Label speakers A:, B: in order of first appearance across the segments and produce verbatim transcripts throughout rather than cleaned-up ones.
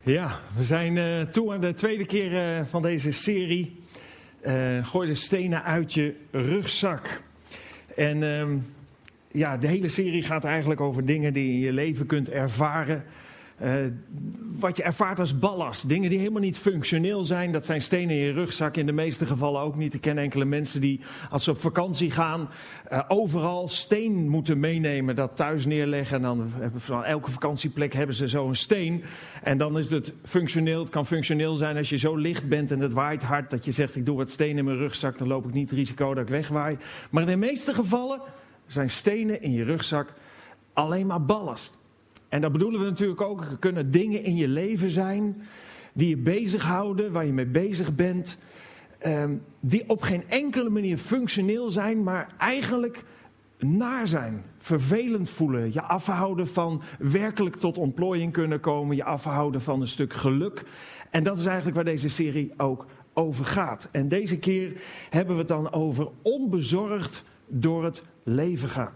A: Ja, we zijn uh, toe aan de tweede keer uh, van deze serie. Uh, gooi de stenen uit je rugzak. En uh, ja, de hele serie gaat eigenlijk over dingen die je in je leven kunt ervaren. Uh, wat je ervaart als ballast. Dingen die helemaal niet functioneel zijn. Dat zijn stenen in je rugzak. In de meeste gevallen ook niet. Ik ken enkele mensen die als ze op vakantie gaan uh, overal steen moeten meenemen. Dat thuis neerleggen. En dan hebben van elke vakantieplek hebben ze zo een steen. En dan is het functioneel. Het kan functioneel zijn als je zo licht bent en het waait hard. Dat je zegt ik doe wat steen in mijn rugzak. Dan loop ik niet het risico dat ik wegwaai. Maar in de meeste gevallen zijn stenen in je rugzak alleen maar ballast. En dat bedoelen we natuurlijk ook, er kunnen dingen in je leven zijn die je bezighouden, waar je mee bezig bent, um, die op geen enkele manier functioneel zijn, maar eigenlijk naar zijn, vervelend voelen, je afhouden van werkelijk tot ontplooiing kunnen komen, je afhouden van een stuk geluk. En dat is eigenlijk waar deze serie ook over gaat. En deze keer hebben we het dan over onbezorgd door het leven gaan.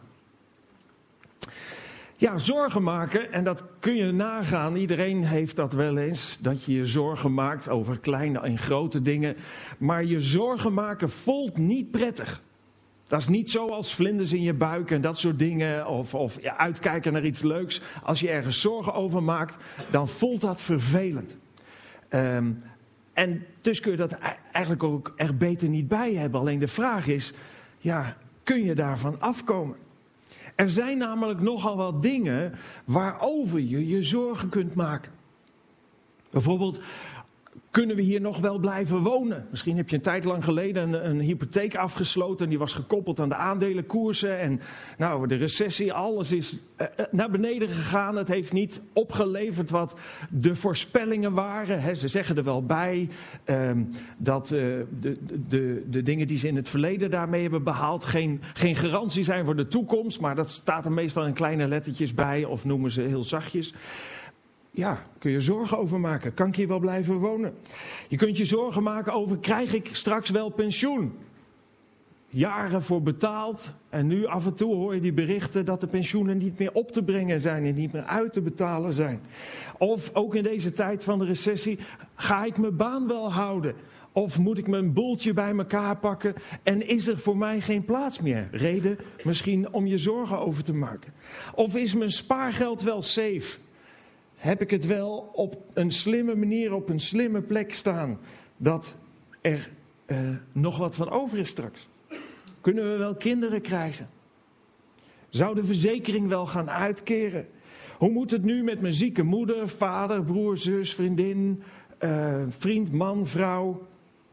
A: Ja, zorgen maken, en dat kun je nagaan. Iedereen heeft dat wel eens, dat je je zorgen maakt over kleine en grote dingen. Maar je zorgen maken voelt niet prettig. Dat is niet zo als vlinders in je buik en dat soort dingen. Of, of ja, uitkijken naar iets leuks. Als je ergens zorgen over maakt, dan voelt dat vervelend. Um, en dus kun je dat eigenlijk ook echt beter niet bij hebben. Alleen de vraag is, ja, kun je daarvan afkomen? Er zijn namelijk nogal wat dingen waarover je je zorgen kunt maken. Bijvoorbeeld, kunnen we hier nog wel blijven wonen? Misschien heb je een tijd lang geleden een, een hypotheek afgesloten. Die was gekoppeld aan de aandelenkoersen. En nou, de recessie, alles is uh, naar beneden gegaan. Het heeft niet opgeleverd wat de voorspellingen waren. He, ze zeggen er wel bij um, dat uh, de, de, de dingen die ze in het verleden daarmee hebben behaald geen, geen garantie zijn voor de toekomst. Maar dat staat er meestal in kleine lettertjes bij of noemen ze heel zachtjes. Ja, kun je zorgen over maken. Kan ik hier wel blijven wonen? Je kunt je zorgen maken over, krijg ik straks wel pensioen? Jaren voor betaald. En nu af en toe hoor je die berichten dat de pensioenen niet meer op te brengen zijn en niet meer uit te betalen zijn. Of ook in deze tijd van de recessie, ga ik mijn baan wel houden? Of moet ik mijn boeltje bij elkaar pakken en is er voor mij geen plaats meer? Reden misschien om je zorgen over te maken. Of is mijn spaargeld wel safe? Heb ik het wel op een slimme manier, op een slimme plek staan, dat er uh, nog wat van over is straks? Kunnen we wel kinderen krijgen? Zou de verzekering wel gaan uitkeren? Hoe moet het nu met mijn zieke moeder, vader, broer, zus, vriendin, uh, vriend, man, vrouw?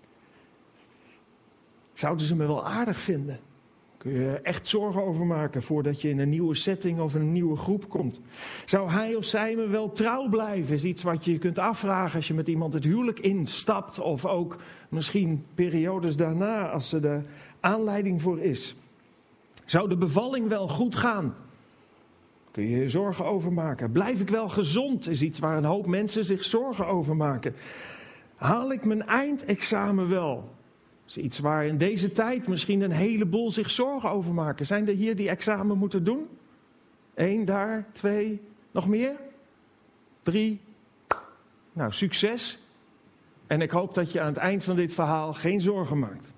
A: Zouden ze me wel aardig vinden? Kun je echt zorgen over maken voordat je in een nieuwe setting of een nieuwe groep komt. Zou hij of zij me wel trouw blijven? Is iets wat je kunt afvragen als je met iemand het huwelijk instapt. Of ook misschien periodes daarna als er de aanleiding voor is. Zou de bevalling wel goed gaan? Kun je je zorgen over maken. Blijf ik wel gezond? Is iets waar een hoop mensen zich zorgen over maken. Haal ik mijn eindexamen wel? Dat is iets waar in deze tijd misschien een heleboel zich zorgen over maken. Zijn er hier die examen moeten doen? Eén, daar, twee, nog meer? Drie. Nou, succes. En ik hoop dat je aan het eind van dit verhaal geen zorgen maakt.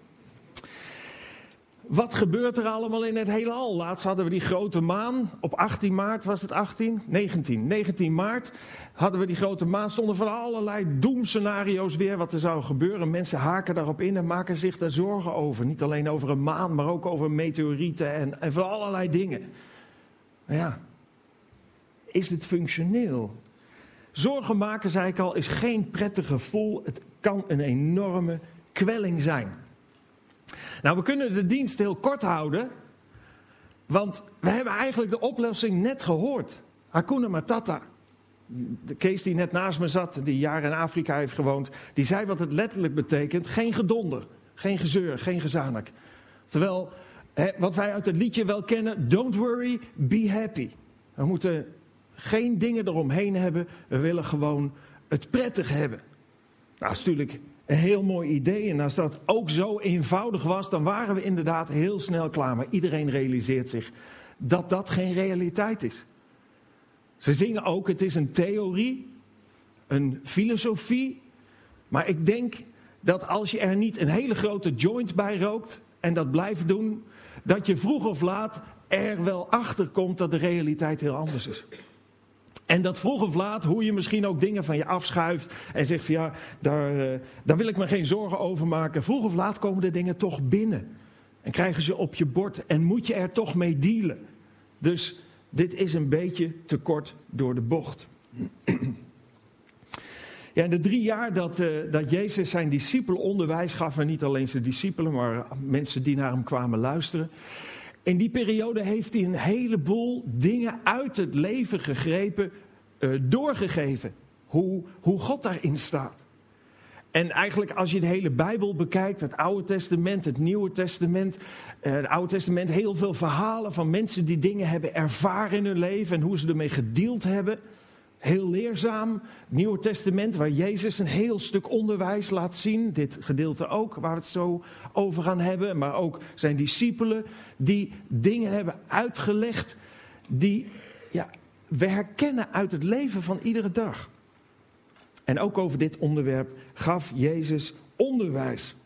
A: Wat gebeurt er allemaal in het heelal? Laatst hadden we die grote maan. Op achttien maart was het achttien? negentien. negentien maart hadden we die grote maan. Stonden van allerlei doemscenario's weer wat er zou gebeuren. Mensen haken daarop in en maken zich daar zorgen over. Niet alleen over een maan, maar ook over meteorieten en, en van allerlei dingen. Maar ja, is het functioneel? Zorgen maken, zei ik al, is geen prettig gevoel. Het kan een enorme kwelling zijn. Nou, we kunnen de dienst heel kort houden, want we hebben eigenlijk de oplossing net gehoord. Hakuna Matata. De Kees die net naast me zat, die jaren in Afrika heeft gewoond, die zei wat het letterlijk betekent. Geen gedonder, geen gezeur, geen gezanik. Terwijl, hè, wat wij uit het liedje wel kennen, don't worry, be happy. We moeten geen dingen eromheen hebben, we willen gewoon het prettig hebben. Nou, dat is natuurlijk een heel mooi idee. En als dat ook zo eenvoudig was, dan waren we inderdaad heel snel klaar. Maar iedereen realiseert zich dat dat geen realiteit is. Ze zingen ook, het is een theorie. een filosofie. Maar ik denk dat als je er niet een hele grote joint bij rookt en dat blijft doen, dat je vroeg of laat er wel achter komt dat de realiteit heel anders is. En dat vroeg of laat, hoe je misschien ook dingen van je afschuift en zegt van ja, daar, uh, daar wil ik me geen zorgen over maken. Vroeg of laat komen de dingen toch binnen. En krijgen ze op je bord en moet je er toch mee dealen. Dus dit is een beetje te kort door de bocht. Ja, in de drie jaar dat, uh, dat Jezus zijn discipelen onderwijs gaf, en niet alleen zijn discipelen, maar mensen die naar hem kwamen luisteren. In die periode heeft hij een heleboel dingen uit het leven gegrepen, uh, doorgegeven. Hoe, hoe God daarin staat. En eigenlijk als je de hele Bijbel bekijkt, het Oude Testament, het Nieuwe Testament. Uh, het Oude Testament, heel veel verhalen van mensen die dingen hebben ervaren in hun leven en hoe ze ermee gedeeld hebben. Heel leerzaam. Het Nieuwe Testament, waar Jezus een heel stuk onderwijs laat zien. Dit gedeelte ook, waar we het zo over gaan hebben. Maar ook zijn discipelen die dingen hebben uitgelegd die ja, we herkennen uit het leven van iedere dag. En ook over dit onderwerp gaf Jezus onderwijs.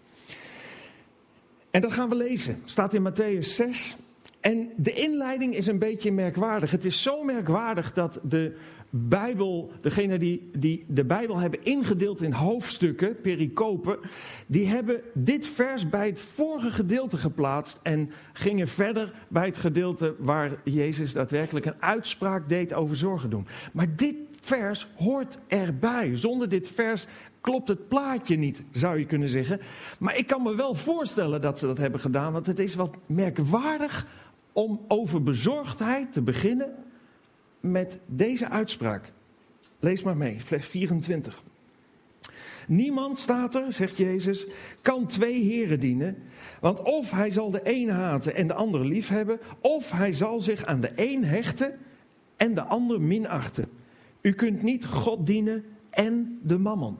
A: En dat gaan we lezen. Staat in Mattheüs zes. En de inleiding is een beetje merkwaardig. Het is zo merkwaardig dat de Bijbel, degene die, die de Bijbel hebben ingedeeld in hoofdstukken, pericopen, die hebben dit vers bij het vorige gedeelte geplaatst en gingen verder bij het gedeelte waar Jezus daadwerkelijk een uitspraak deed over zorgen doen. Maar dit vers hoort erbij. Zonder dit vers klopt het plaatje niet, zou je kunnen zeggen. Maar ik kan me wel voorstellen dat ze dat hebben gedaan, want het is wat merkwaardig om over bezorgdheid te beginnen met deze uitspraak. Lees maar mee, vers vierentwintig. Niemand, staat er, zegt Jezus, kan twee heren dienen. Want of hij zal de een haten en de ander liefhebben, of hij zal zich aan de een hechten en de ander minachten. U kunt niet God dienen en de mammon.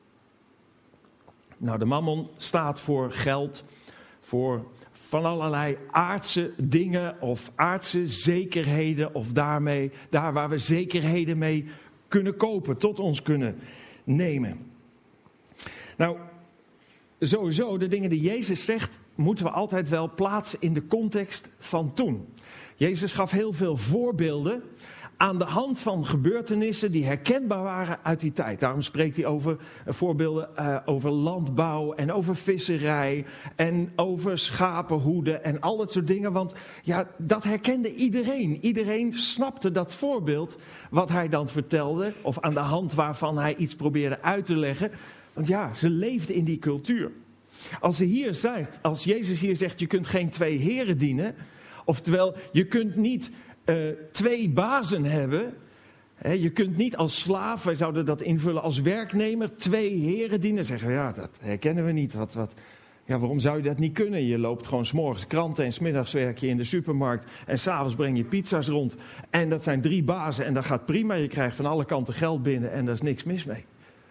A: Nou, de mammon staat voor geld, voor van allerlei aardse dingen of aardse zekerheden of daarmee, daar waar we zekerheden mee kunnen kopen, tot ons kunnen nemen. Nou, sowieso, de dingen die Jezus zegt, moeten we altijd wel plaatsen in de context van toen. Jezus gaf heel veel voorbeelden aan de hand van gebeurtenissen die herkenbaar waren uit die tijd. Daarom spreekt hij over voorbeelden uh, over landbouw en over visserij en over schapenhoeden en al dat soort dingen. Want ja, dat herkende iedereen. Iedereen snapte dat voorbeeld wat hij dan vertelde of aan de hand waarvan hij iets probeerde uit te leggen. Want ja, ze leefden in die cultuur. Als, ze hier zegt, als Jezus hier zegt, je kunt geen twee heren dienen, oftewel je kunt niet Uh, twee bazen hebben. He, je kunt niet als slaaf, wij zouden dat invullen als werknemer, twee heren dienen. Zeggen we, ja, dat herkennen we niet. Wat, wat, ja, waarom zou je dat niet kunnen? Je loopt gewoon 's morgens kranten en 's middags werk je in de supermarkt. En 's avonds breng je pizza's rond. En dat zijn drie bazen en dat gaat prima. Je krijgt van alle kanten geld binnen en daar is niks mis mee.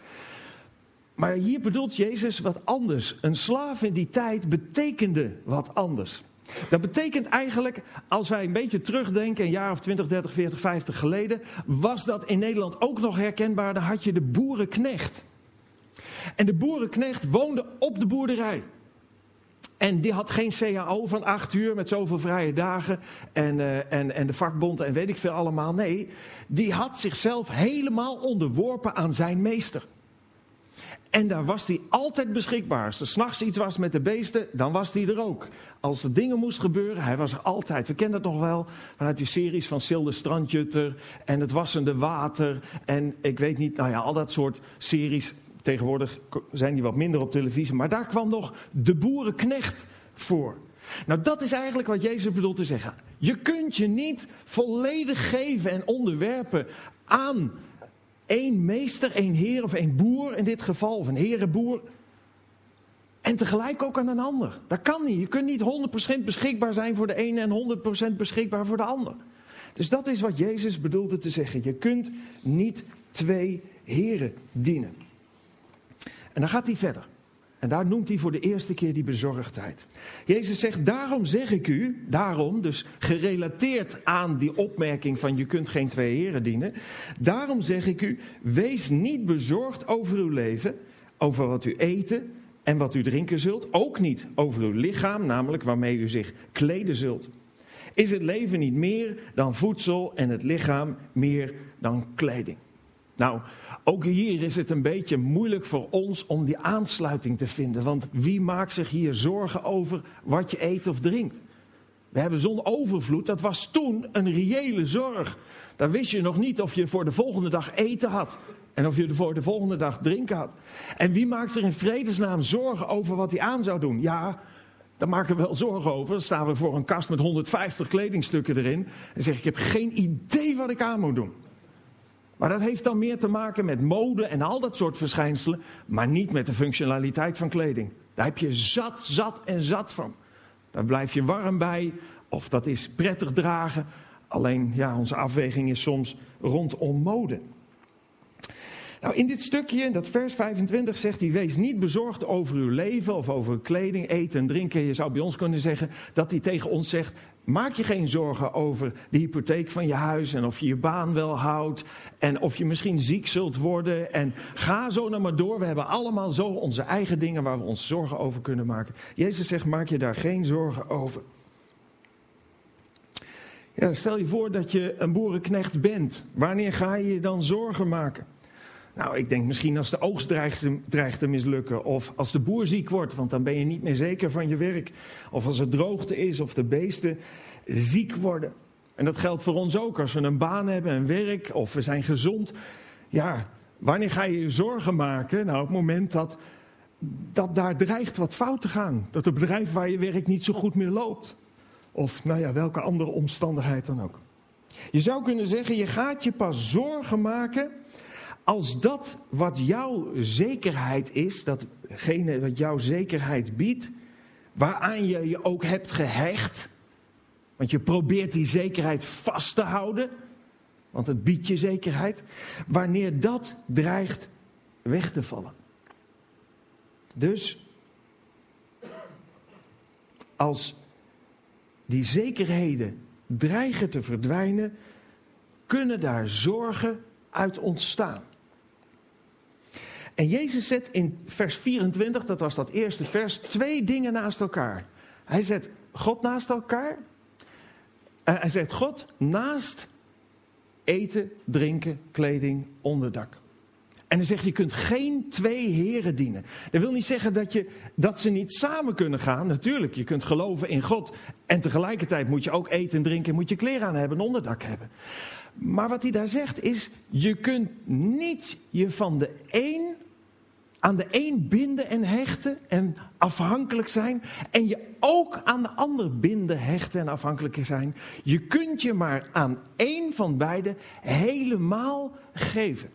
A: Maar hier bedoelt Jezus wat anders. Een slaaf in die tijd betekende wat anders. Dat betekent eigenlijk, als wij een beetje terugdenken, een jaar of twintig, dertig, veertig, vijftig geleden, was dat in Nederland ook nog herkenbaar. Dan had je de boerenknecht. En de boerenknecht woonde op de boerderij. En die had geen C A O van acht uur met zoveel vrije dagen en, uh, en, en de vakbond en weet ik veel allemaal. Nee, die had zichzelf helemaal onderworpen aan zijn meester. En daar was hij altijd beschikbaar. Als er 's nachts iets was met de beesten, dan was hij er ook. Als er dingen moest gebeuren, hij was er altijd. We kennen dat nog wel vanuit die series van Sil de Strandjutter en Het Wassende Water. En ik weet niet, nou ja, al dat soort series. Tegenwoordig zijn die wat minder op televisie. Maar daar kwam nog de boerenknecht voor. Nou, dat is eigenlijk wat Jezus bedoelt te zeggen. Je kunt je niet volledig geven en onderwerpen aan één meester, één heer of één boer in dit geval, of een herenboer. En tegelijk ook aan een ander. Dat kan niet. Je kunt niet honderd procent beschikbaar zijn voor de ene en honderd procent beschikbaar voor de ander. Dus dat is wat Jezus bedoelde te zeggen. Je kunt niet twee heren dienen. En dan gaat hij verder. En daar noemt hij voor de eerste keer die bezorgdheid. Jezus zegt, daarom zeg ik u, daarom, dus gerelateerd aan die opmerking van je kunt geen twee heren dienen. Daarom zeg ik u, wees niet bezorgd over uw leven, over wat u eten en wat u drinken zult. Ook niet over uw lichaam, namelijk waarmee u zich kleden zult. Is het leven niet meer dan voedsel en het lichaam meer dan kleding? Nou, ook hier is het een beetje moeilijk voor ons om die aansluiting te vinden. Want wie maakt zich hier zorgen over wat je eet of drinkt? We hebben zo'n overvloed, dat was toen een reële zorg. Dan wist je nog niet of je voor de volgende dag eten had. En of je voor de volgende dag drinken had. En wie maakt zich in vredesnaam zorgen over wat hij aan zou doen? Ja, daar maken we wel zorgen over. Dan staan we voor een kast met honderdvijftig kledingstukken erin. En zeg ik, ik heb geen idee wat ik aan moet doen. Maar dat heeft dan meer te maken met mode en al dat soort verschijnselen. Maar niet met de functionaliteit van kleding. Daar heb je zat, zat en zat van. Daar blijf je warm bij. Of dat is prettig dragen. Alleen, ja, onze afweging is soms rondom mode. Nou, in dit stukje, dat vers vijfentwintig, zegt hij, wees niet bezorgd over uw leven of over kleding, eten en drinken. Je zou bij ons kunnen zeggen dat hij tegen ons zegt, maak je geen zorgen over de hypotheek van je huis en of je je baan wel houdt en of je misschien ziek zult worden. En ga zo nou maar door. We hebben allemaal zo onze eigen dingen waar we ons zorgen over kunnen maken. Jezus zegt, maak je daar geen zorgen over. Ja, stel je voor dat je een boerenknecht bent. Wanneer ga je je dan zorgen maken? Nou, ik denk misschien als de oogst dreigt, dreigt te mislukken. Of als de boer ziek wordt, want dan ben je niet meer zeker van je werk. Of als er droogte is of de beesten ziek worden. En dat geldt voor ons ook. Als we een baan hebben, een werk of we zijn gezond. Ja, wanneer ga je je zorgen maken? Nou, op het moment dat, dat daar dreigt wat fout te gaan. Dat het bedrijf waar je werkt niet zo goed meer loopt. Of nou ja, welke andere omstandigheid dan ook. Je zou kunnen zeggen, je gaat je pas zorgen maken als dat wat jouw zekerheid is, datgene wat jouw zekerheid biedt, waaraan je je ook hebt gehecht, want je probeert die zekerheid vast te houden, want het biedt je zekerheid, wanneer dat dreigt weg te vallen. Dus, als die zekerheden dreigen te verdwijnen, kunnen daar zorgen uit ontstaan. En Jezus zet in vers vierentwintig, dat was dat eerste vers, twee dingen naast elkaar. Hij zet God naast elkaar. Uh, hij zet God naast eten, drinken, kleding, onderdak. En hij zegt, je kunt geen twee heren dienen. Dat wil niet zeggen dat, je, dat ze niet samen kunnen gaan. Natuurlijk, je kunt geloven in God. En tegelijkertijd moet je ook eten en drinken, moet je kleren aan hebben, een onderdak hebben. Maar wat hij daar zegt is, je kunt niet je van de een aan de een binden en hechten en afhankelijk zijn. En je ook aan de ander binden, hechten en afhankelijk zijn. Je kunt je maar aan één van beide helemaal geven.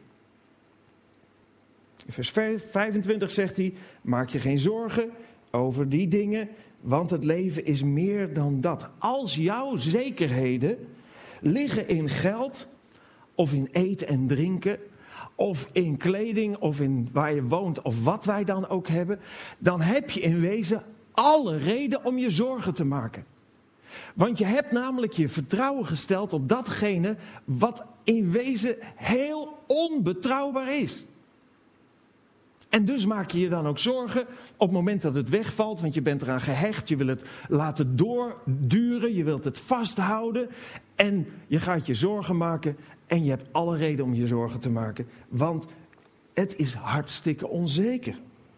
A: In vers vijfentwintig zegt hij, maak je geen zorgen over die dingen, want het leven is meer dan dat. Als jouw zekerheden liggen in geld, of in eten en drinken, of in kleding, of in waar je woont, of wat wij dan ook hebben, dan heb je in wezen alle reden om je zorgen te maken. Want je hebt namelijk je vertrouwen gesteld op datgene wat in wezen heel onbetrouwbaar is. En dus maak je je dan ook zorgen op het moment dat het wegvalt, want je bent eraan gehecht, je wil het laten doorduren, je wilt het vasthouden en je gaat je zorgen maken en je hebt alle reden om je zorgen te maken, want het is hartstikke onzeker.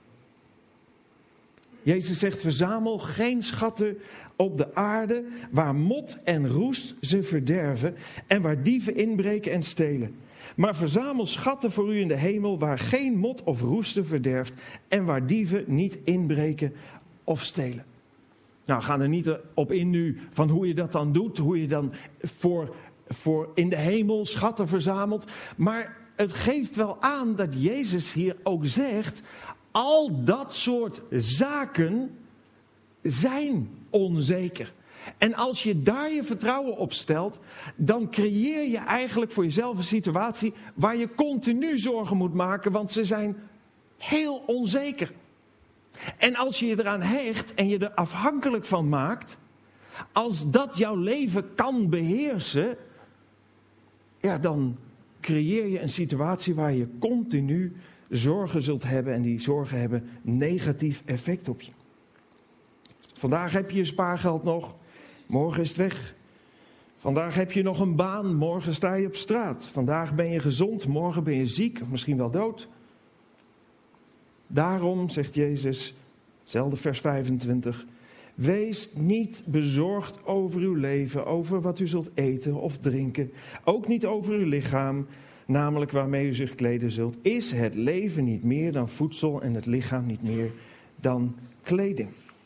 A: Jezus zegt, verzamel geen schatten op de aarde waar mot en roest ze verderven en waar dieven inbreken en stelen. Maar verzamel schatten voor u in de hemel waar geen mot of roesten verderft en waar dieven niet inbreken of stelen. Nou, we gaan er niet op in nu van hoe je dat dan doet, hoe je dan voor, voor in de hemel schatten verzamelt. Maar het geeft wel aan dat Jezus hier ook zegt, al dat soort zaken zijn onzeker. En als je daar je vertrouwen op stelt, dan creëer je eigenlijk voor jezelf een situatie waar je continu zorgen moet maken, want ze zijn heel onzeker. En als je je eraan hecht en je er afhankelijk van maakt, als dat jouw leven kan beheersen, ja, dan creëer je een situatie waar je continu zorgen zult hebben en die zorgen hebben negatief effect op je. Vandaag heb je je spaargeld nog, morgen is het weg. Vandaag heb je nog een baan, morgen sta je op straat. Vandaag ben je gezond, morgen ben je ziek of misschien wel dood. Daarom, zegt Jezus, hetzelfde vers vijfentwintig... Wees niet bezorgd over uw leven, over wat u zult eten of drinken. Ook niet over uw lichaam, namelijk waarmee u zich kleden zult. Is het leven niet meer dan voedsel en het lichaam niet meer dan kleding?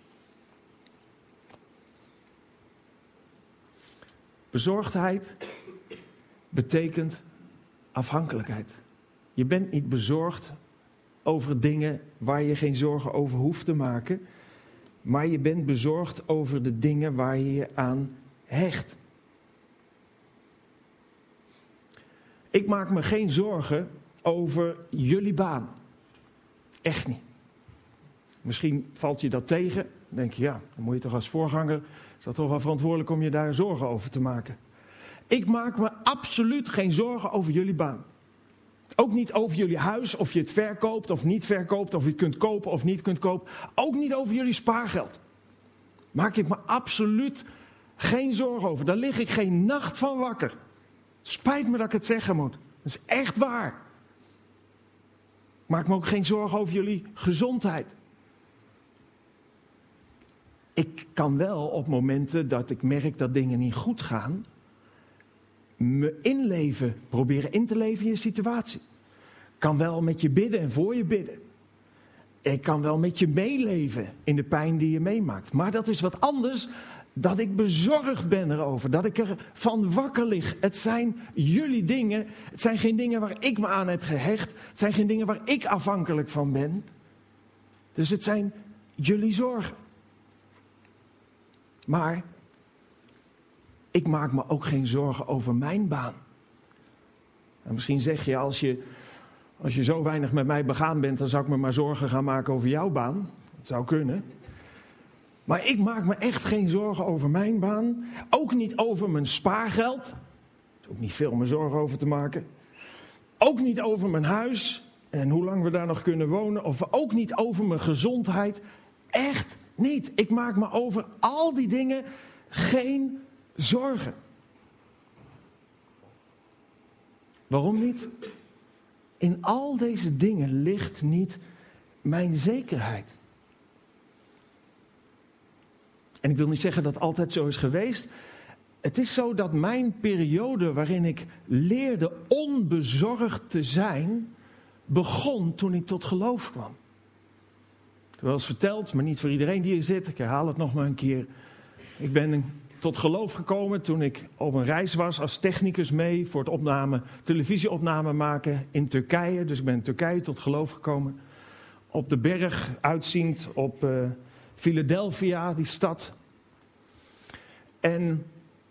A: Bezorgdheid betekent afhankelijkheid. Je bent niet bezorgd over dingen waar je geen zorgen over hoeft te maken, maar je bent bezorgd over de dingen waar je je aan hecht. Ik maak me geen zorgen over jullie baan. Echt niet. Misschien valt je dat tegen. Dan denk je, ja, dan moet je toch als voorganger, is dat toch wel verantwoordelijk om je daar zorgen over te maken. Ik maak me absoluut geen zorgen over jullie baan. Ook niet over jullie huis, of je het verkoopt of niet verkoopt, of je het kunt kopen of niet kunt kopen. Ook niet over jullie spaargeld. Maak ik me absoluut geen zorgen over. Daar lig ik geen nacht van wakker. Spijt me dat ik het zeggen moet. Dat is echt waar. Ik maak me ook geen zorgen over jullie gezondheid. Ik kan wel op momenten dat ik merk dat dingen niet goed gaan, me inleven, proberen in te leven in je situatie. Ik kan wel met je bidden en voor je bidden. Ik kan wel met je meeleven in de pijn die je meemaakt. Maar dat is wat anders dat ik bezorgd ben erover. Dat ik er van wakker lig. Het zijn jullie dingen. Het zijn geen dingen waar ik me aan heb gehecht. Het zijn geen dingen waar ik afhankelijk van ben. Dus het zijn jullie zorgen. Maar ik maak me ook geen zorgen over mijn baan. En misschien zeg je als, je, als je zo weinig met mij begaan bent, dan zou ik me maar zorgen gaan maken over jouw baan. Dat zou kunnen. Maar ik maak me echt geen zorgen over mijn baan. Ook niet over mijn spaargeld. Er is ook niet veel om me zorgen over te maken. Ook niet over mijn huis en hoe lang we daar nog kunnen wonen. Of ook niet over mijn gezondheid. Echt niet. Ik maak me over al die dingen geen zorgen. Waarom niet? In al deze dingen ligt niet mijn zekerheid. En ik wil niet zeggen dat het altijd zo is geweest. Het is zo dat mijn periode waarin ik leerde onbezorgd te zijn, begon toen ik tot geloof kwam. Ik heb wel eens verteld, maar niet voor iedereen die hier zit. Ik herhaal het nog maar een keer. Ik ben tot geloof gekomen toen ik op een reis was als technicus mee voor het opname, televisieopname maken in Turkije. Dus ik ben in Turkije tot geloof gekomen. Op de berg, uitziend op uh, Philadelphia, die stad. En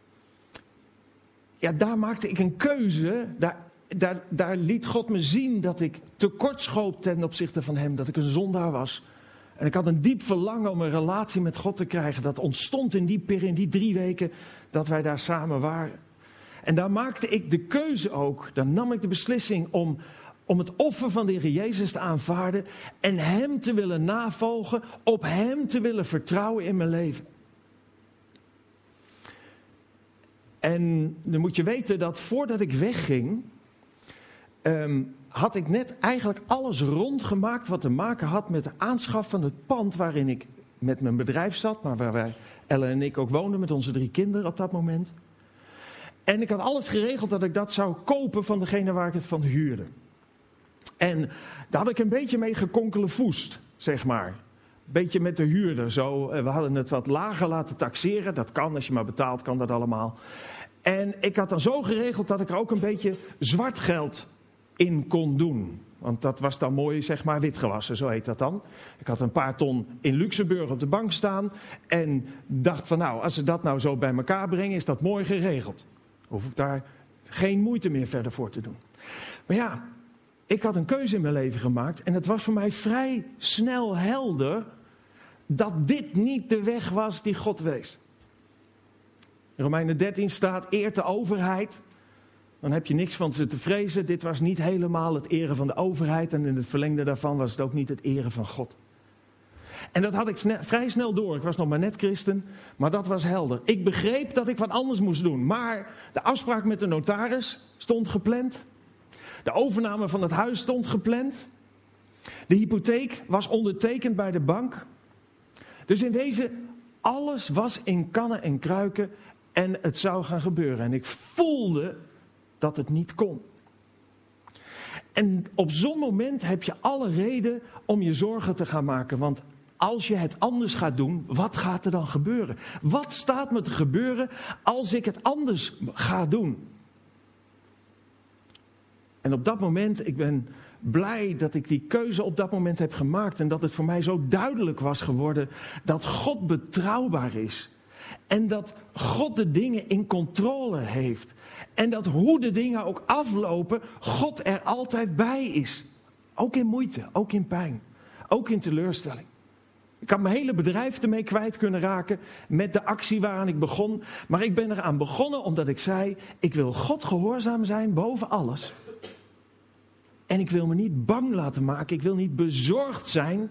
A: ja, daar maakte ik een keuze. Daar, daar, daar liet God me zien dat ik tekortschoot ten opzichte van hem. Dat ik een zondaar was. En ik had een diep verlangen om een relatie met God te krijgen. Dat ontstond in die periode, in die drie weken dat wij daar samen waren. En daar maakte ik de keuze ook. Daar nam ik de beslissing om, om het offer van de Heer Jezus te aanvaarden. En hem te willen navolgen. Op hem te willen vertrouwen in mijn leven. En dan moet je weten dat voordat ik wegging, Um, had ik net eigenlijk alles rondgemaakt wat te maken had met de aanschaf van het pand waarin ik met mijn bedrijf zat, maar waar wij, Ellen en ik ook woonden met onze drie kinderen op dat moment. En ik had alles geregeld dat ik dat zou kopen van degene waar ik het van huurde. En daar had ik een beetje mee gekonkelevoest, zeg maar. Een beetje met de huurder. Zo, we hadden het wat lager laten taxeren. Dat kan, als je maar betaalt, kan dat allemaal. En ik had dan zo geregeld dat ik er ook een beetje zwart geld in kon doen. Want dat was dan mooi, zeg maar, witgewassen, zo heet dat dan. Ik had een paar ton in Luxemburg op de bank staan. En dacht van nou, als ze dat nou zo bij elkaar brengen, is dat mooi geregeld. Hoef ik daar geen moeite meer verder voor te doen. Maar ja, ik had een keuze in mijn leven gemaakt en het was voor mij vrij snel helder dat dit niet de weg was die God wees. In Romeinen dertien staat, eert de overheid. Dan heb je niks van ze te vrezen. Dit was niet helemaal het eren van de overheid en in het verlengde daarvan was het ook niet het eren van God. En dat had ik sne- vrij snel door. Ik was nog maar net christen, maar dat was helder. Ik begreep dat ik wat anders moest doen. Maar de afspraak met de notaris stond gepland. De overname van het huis stond gepland. De hypotheek was ondertekend bij de bank. Dus in wezen, alles was in kannen en kruiken en het zou gaan gebeuren. En ik voelde dat het niet kon. En op zo'n moment heb je alle reden om je zorgen te gaan maken. Want als je het anders gaat doen, wat gaat er dan gebeuren? Wat staat me te gebeuren als ik het anders ga doen? En op dat moment, ik ben blij dat ik die keuze op dat moment heb gemaakt. En dat het voor mij zo duidelijk was geworden dat God betrouwbaar is. En dat God de dingen in controle heeft. En dat hoe de dingen ook aflopen, God er altijd bij is. Ook in moeite, ook in pijn, ook in teleurstelling. Ik had mijn hele bedrijf ermee kwijt kunnen raken met de actie waaraan ik begon. Maar ik ben eraan begonnen omdat ik zei, ik wil God gehoorzaam zijn boven alles. En ik wil me niet bang laten maken, ik wil niet bezorgd zijn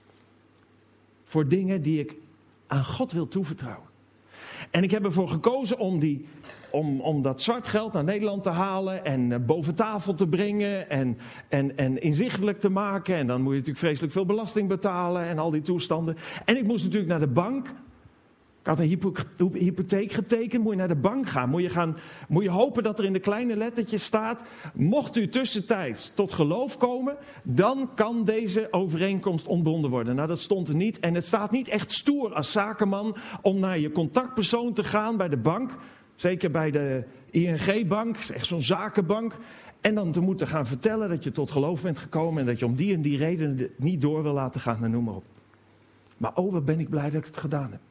A: voor dingen die ik aan God wil toevertrouwen. En ik heb ervoor gekozen om, die, om, om dat zwart geld naar Nederland te halen en uh, boven tafel te brengen en, en, en inzichtelijk te maken. En dan moet je natuurlijk vreselijk veel belasting betalen en al die toestanden. En ik moest natuurlijk naar de bank. Ik had een hypo, hypotheek getekend, moet je naar de bank gaan. Moet je, gaan. moet je hopen dat er in de kleine lettertjes staat, mocht u tussentijds tot geloof komen, dan kan deze overeenkomst ontbonden worden. Nou, dat stond er niet. En het staat niet echt stoer als zakenman om naar je contactpersoon te gaan bij de bank. Zeker bij de I N G-bank, echt zo'n zakenbank. En dan te moeten gaan vertellen dat je tot geloof bent gekomen en dat je om die en die reden het niet door wil laten gaan en noem maar op. Maar oh, wat ben ik blij dat ik het gedaan heb.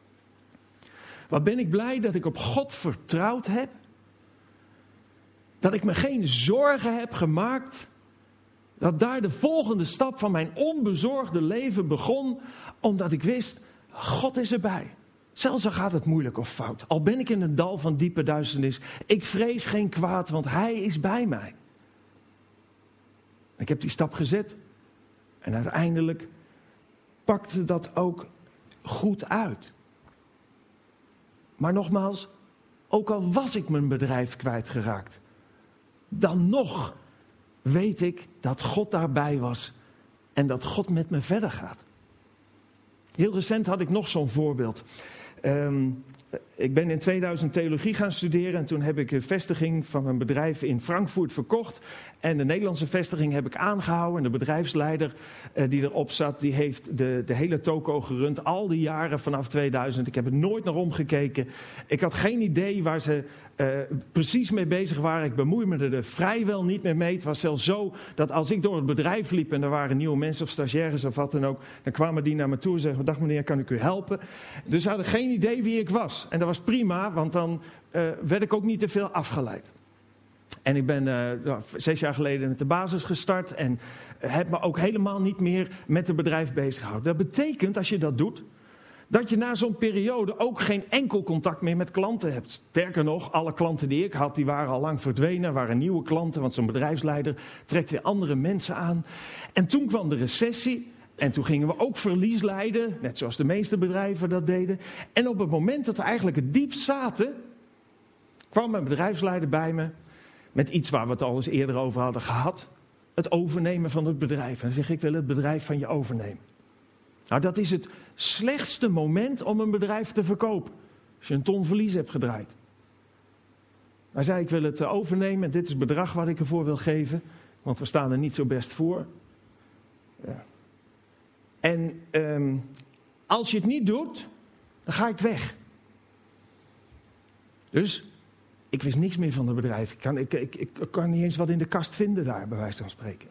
A: Wat ben ik blij dat ik op God vertrouwd heb. Dat ik me geen zorgen heb gemaakt. Dat daar de volgende stap van mijn onbezorgde leven begon. Omdat ik wist, God is erbij. Zelfs al gaat het moeilijk of fout. Al ben ik in een dal van diepe duisternis. Ik vrees geen kwaad, want Hij is bij mij. Ik heb die stap gezet. En uiteindelijk pakte dat ook goed uit. Maar nogmaals, ook al was ik mijn bedrijf kwijtgeraakt, dan nog weet ik dat God daarbij was en dat God met me verder gaat. Heel recent had ik nog zo'n voorbeeld. Um, ik ben in tweeduizend theologie gaan studeren en toen heb ik een vestiging van mijn bedrijf in Frankfurt verkocht. En de Nederlandse vestiging heb ik aangehouden. En de bedrijfsleider uh, die erop zat, die heeft de, de hele toko gerund al die jaren vanaf tweeduizend. Ik heb er nooit naar omgekeken. Ik had geen idee waar ze uh, precies mee bezig waren. Ik bemoei me er vrijwel niet meer mee. Het was zelfs zo dat als ik door het bedrijf liep en er waren nieuwe mensen of stagiaires of wat dan ook, dan kwamen die naar me toe en zeiden, dag meneer, kan ik u helpen? Dus ze hadden geen idee wie ik was. En dat was prima, want dan uh, werd ik ook niet te veel afgeleid. En ik ben uh, zes jaar geleden met de basis gestart en heb me ook helemaal niet meer met het bedrijf bezig gehouden. Dat betekent, als je dat doet, dat je na zo'n periode ook geen enkel contact meer met klanten hebt. Sterker nog, alle klanten die ik had, die waren al lang verdwenen, waren nieuwe klanten, want zo'n bedrijfsleider trekt weer andere mensen aan. En toen kwam de recessie. En toen gingen we ook verlies lijden, net zoals de meeste bedrijven dat deden. En op het moment dat we eigenlijk het diepst zaten, kwam mijn bedrijfsleider bij me met iets waar we het al eens eerder over hadden gehad. Het overnemen van het bedrijf. En dan zeg ik, ik wil het bedrijf van je overnemen. Nou, dat is het slechtste moment om een bedrijf te verkopen. Als je een ton verlies hebt gedraaid. Hij zei, ik wil het overnemen. Dit is het bedrag wat ik ervoor wil geven. Want we staan er niet zo best voor. Ja. En um, als je het niet doet, dan ga ik weg. Dus ik wist niks meer van het bedrijf. Ik kan, ik, ik, ik kan niet eens wat in de kast vinden daar, bij wijze van spreken.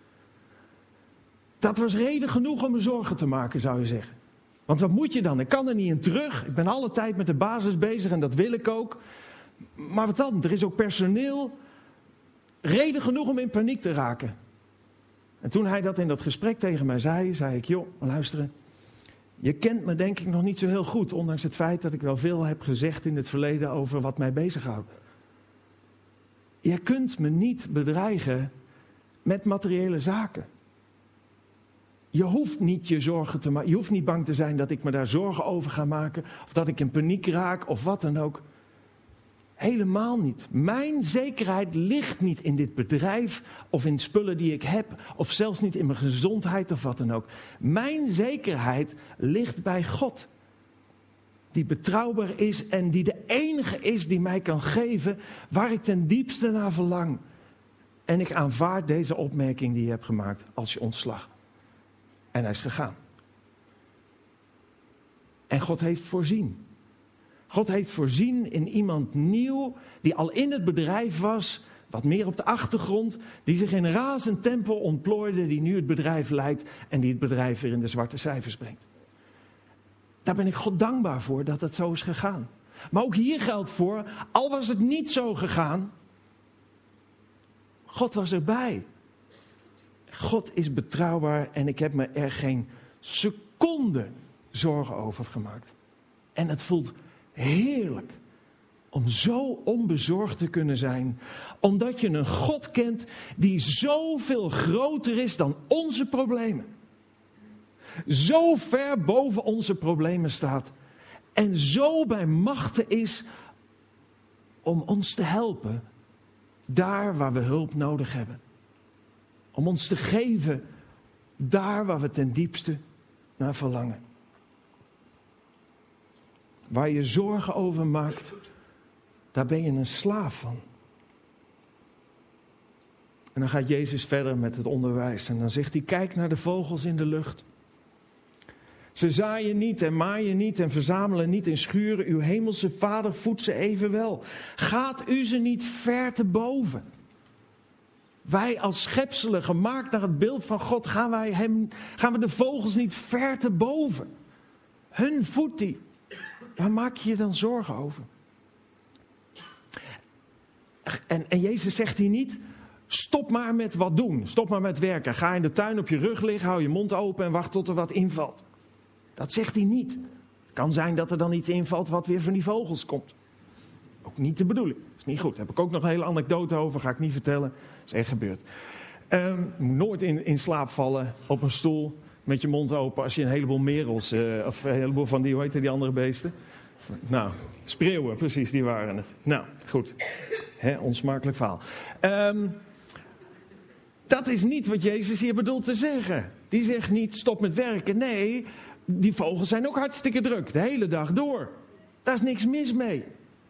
A: Dat was reden genoeg om me zorgen te maken, zou je zeggen. Want wat moet je dan? Ik kan er niet in terug. Ik ben alle tijd met de basis bezig en dat wil ik ook. Maar wat dan? Er is ook personeel. reden genoeg om in paniek te raken. En toen hij dat in dat gesprek tegen mij zei, zei ik, joh, luisteren. Je kent me denk ik nog niet zo heel goed, ondanks het feit dat ik wel veel heb gezegd in het verleden over wat mij bezighoudt. Je kunt me niet bedreigen met materiële zaken. Je hoeft niet je zorgen te maken. Je hoeft niet bang te zijn dat ik me daar zorgen over ga maken. Of dat ik in paniek raak of wat dan ook. Helemaal niet. Mijn zekerheid ligt niet in dit bedrijf of in spullen die ik heb. Of zelfs niet in mijn gezondheid of wat dan ook. Mijn zekerheid ligt bij God. Die betrouwbaar is en die de enige is die mij kan geven waar ik ten diepste naar verlang. En ik aanvaard deze opmerking die je hebt gemaakt als je ontslag. En hij is gegaan. En God heeft voorzien. God heeft voorzien in iemand nieuw die al in het bedrijf was, wat meer op de achtergrond, die zich in razend tempo ontplooide, die nu het bedrijf leidt en die het bedrijf weer in de zwarte cijfers brengt. Daar ben ik God dankbaar voor dat het zo is gegaan. Maar ook hier geldt voor, al was het niet zo gegaan, God was erbij. God is betrouwbaar en ik heb me er geen seconde zorgen over gemaakt. En het voelt heerlijk om zo onbezorgd te kunnen zijn. Omdat je een God kent die zoveel groter is dan onze problemen. Zo ver boven onze problemen staat. En zo bij machten is om ons te helpen daar waar we hulp nodig hebben. Om ons te geven daar waar we ten diepste naar verlangen. Waar je zorgen over maakt, daar ben je een slaaf van. En dan gaat Jezus verder met het onderwijs. En dan zegt hij, kijk naar de vogels in de lucht. Ze zaaien niet en maaien niet en verzamelen niet in schuren. Uw hemelse Vader voedt ze evenwel. Gaat u ze niet ver te boven? Wij als schepselen, gemaakt naar het beeld van God, gaan, wij hem, gaan we de vogels niet ver te boven. Hun voedt die. Waar maak je je dan zorgen over? En, en Jezus zegt hier niet, stop maar met wat doen. Stop maar met werken. Ga in de tuin op je rug liggen, hou je mond open en wacht tot er wat invalt. Dat zegt hij niet. Het kan zijn dat er dan iets invalt wat weer van die vogels komt. Ook niet de bedoeling. Dat is niet goed. Daar heb ik ook nog een hele anekdote over. Ga ik niet vertellen. Dat is echt gebeurd. Um, je moet nooit in, in slaap vallen op een stoel met je mond open als je een heleboel merels, uh, of een heleboel van die, hoe heet die andere beesten? Nou, spreeuwen, precies, die waren het. Nou, goed. Hè, onsmakelijk verhaal. Um, dat is niet wat Jezus hier bedoelt te zeggen. Die zegt niet stop met werken. Nee, die vogels zijn ook hartstikke druk. De hele dag door. Daar is niks mis mee.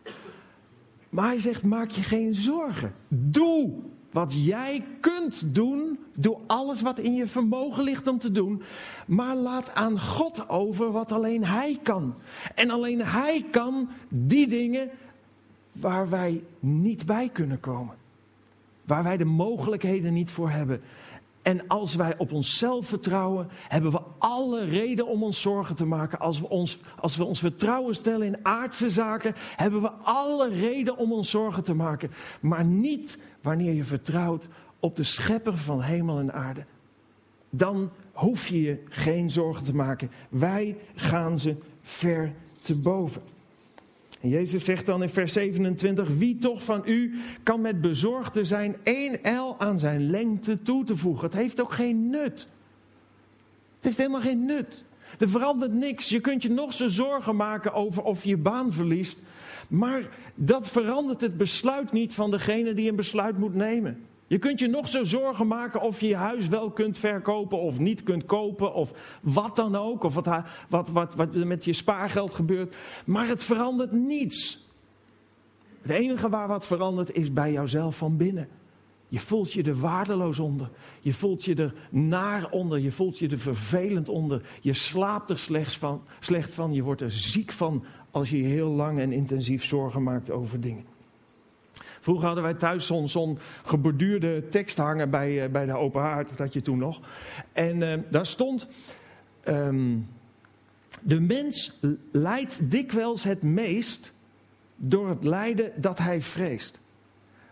A: Maar hij zegt, maak je geen zorgen. Doe wat jij kunt doen. Doe alles wat in je vermogen ligt om te doen. Maar laat aan God over wat alleen Hij kan. En alleen Hij kan die dingen waar wij niet bij kunnen komen. Waar wij de mogelijkheden niet voor hebben. En als wij op onszelf vertrouwen, hebben we alle reden om ons zorgen te maken. Als we ons, als we ons vertrouwen stellen in aardse zaken, hebben we alle reden om ons zorgen te maken. Maar niet wanneer je vertrouwt op de schepper van hemel en aarde. Dan hoef je je geen zorgen te maken. Wij gaan ze ver te boven. En Jezus zegt dan in vers zevenentwintig, wie toch van u kan met bezorgde zijn één el aan zijn lengte toe te voegen? Het heeft ook geen nut. Het heeft helemaal geen nut. Er verandert niks. Je kunt je nog zo zorgen maken over of je je baan verliest. Maar dat verandert het besluit niet van degene die een besluit moet nemen. Je kunt je nog zo zorgen maken of je je huis wel kunt verkopen of niet kunt kopen of wat dan ook. Of wat, wat, wat, wat met je spaargeld gebeurt. Maar het verandert niets. Het enige waar wat verandert is bij jouzelf van binnen. Je voelt je er waardeloos onder. Je voelt je er naar onder. Je voelt je er vervelend onder. Je slaapt er slecht van. Slecht van. Je wordt er ziek van als je je heel lang en intensief zorgen maakt over dingen. Vroeger hadden wij thuis zo'n, zo'n geborduurde tekst hangen bij, uh, bij de open haard. Dat had je toen nog. En uh, daar stond... Um, de mens lijdt dikwijls het meest door het lijden dat hij vreest.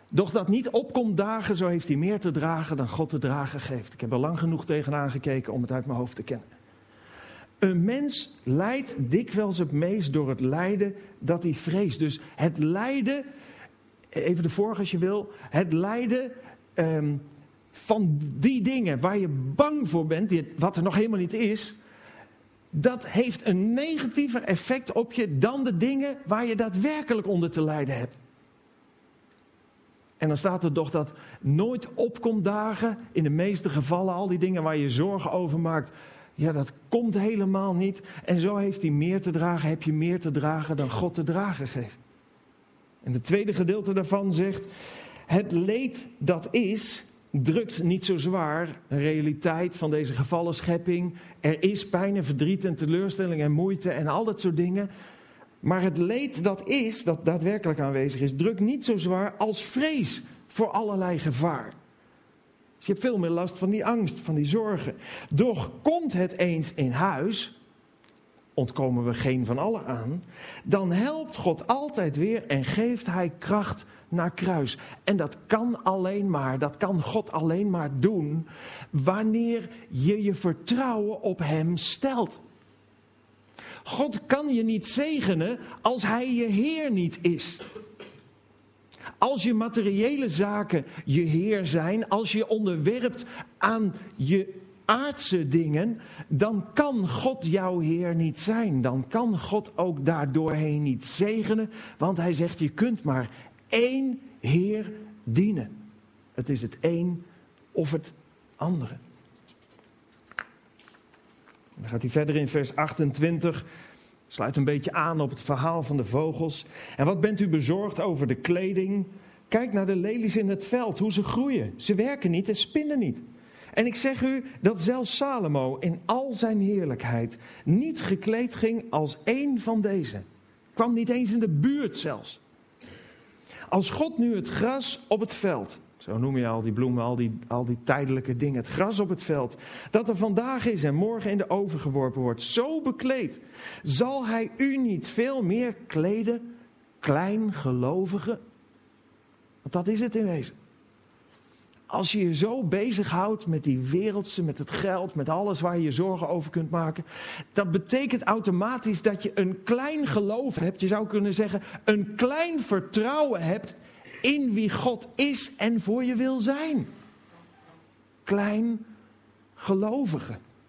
A: Doch dat niet opkomt dagen, zo heeft hij meer te dragen dan God te dragen geeft. Ik heb er lang genoeg tegenaan gekeken om het uit mijn hoofd te kennen. Een mens lijdt dikwijls het meest door het lijden dat hij vreest. Dus het lijden, even de vorige als je wil, het lijden um, van die dingen waar je bang voor bent, die, wat er nog helemaal niet is, dat heeft een negatiever effect op je dan de dingen waar je daadwerkelijk onder te lijden hebt. En dan staat er toch dat nooit opkomt dagen, in de meeste gevallen, al die dingen waar je zorgen over maakt, ja, dat komt helemaal niet. En zo heeft hij meer te dragen, heb je meer te dragen dan God te dragen geeft. En het tweede gedeelte daarvan zegt, het leed dat is, drukt niet zo zwaar, een realiteit van deze gevallen schepping. Er is pijn en verdriet en teleurstelling en moeite en al dat soort dingen. Maar het leed dat is, dat daadwerkelijk aanwezig is, drukt niet zo zwaar als vrees voor allerlei gevaar. Dus je hebt veel meer last van die angst, van die zorgen. Doch komt het eens in huis, ontkomen we geen van allen aan, dan helpt God altijd weer en geeft hij kracht naar kruis. En dat kan alleen maar, dat kan God alleen maar doen, wanneer je je vertrouwen op hem stelt. God kan je niet zegenen als hij je Heer niet is. Als je materiële zaken je Heer zijn, als je onderwerpt aan je aardse dingen, dan kan God jouw Heer niet zijn. Dan kan God ook daardoorheen niet zegenen, want hij zegt je kunt maar één Heer dienen. Het is het een of het andere. Dan gaat hij verder in vers achtentwintig. Sluit een beetje aan op het verhaal van de vogels. En wat bent u bezorgd over de kleding? Kijk naar de lelies in het veld, hoe ze groeien. Ze werken niet en spinnen niet. En ik zeg u dat zelfs Salomo in al zijn heerlijkheid niet gekleed ging als één van deze. Kwam niet eens in de buurt zelfs. Als God nu het gras op het veld, zo noem je al die bloemen, al die, al die tijdelijke dingen, het gras op het veld, dat er vandaag is en morgen in de oven geworpen wordt, zo bekleed, zal hij u niet veel meer kleden, kleingelovigen? Want dat is het in wezen. Als je je zo bezighoudt met die wereldse, met het geld, met alles waar je je zorgen over kunt maken, dat betekent automatisch dat je een klein geloof hebt, je zou kunnen zeggen, een klein vertrouwen hebt in wie God is en voor je wil zijn. Klein gelovige.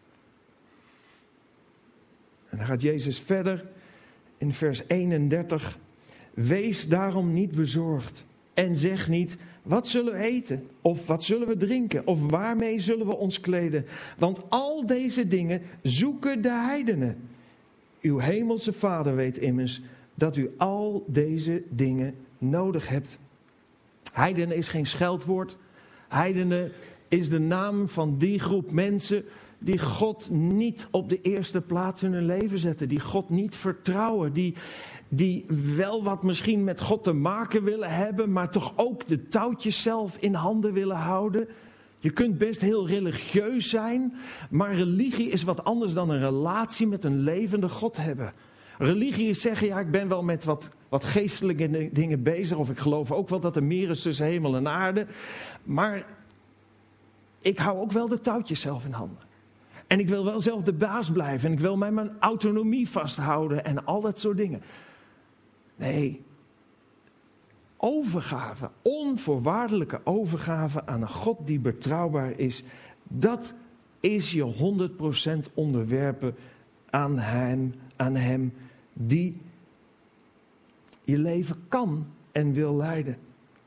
A: En dan gaat Jezus verder in vers eenendertig. Wees daarom niet bezorgd en zeg niet, wat zullen we eten? Of wat zullen we drinken? Of waarmee zullen we ons kleden? Want al deze dingen zoeken de heidenen. Uw hemelse Vader weet immers dat u al deze dingen nodig hebt. Heidenen is geen scheldwoord. Heidenen is de naam van die groep mensen die God niet op de eerste plaats in hun leven zetten. Die God niet vertrouwen. Die, die wel wat misschien met God te maken willen hebben, maar toch ook de touwtjes zelf in handen willen houden. Je kunt best heel religieus zijn, maar religie is wat anders dan een relatie met een levende God hebben. Religie is zeggen, ja, ik ben wel met wat, wat geestelijke dingen bezig, of ik geloof ook wel dat er meer is tussen hemel en aarde, maar ik hou ook wel de touwtjes zelf in handen. En ik wil wel zelf de baas blijven en ik wil mij mijn autonomie vasthouden en al dat soort dingen. Nee, overgave, onvoorwaardelijke overgave aan een God die betrouwbaar is, dat is je honderd procent onderwerpen aan hem, aan hem die je leven kan en wil leiden.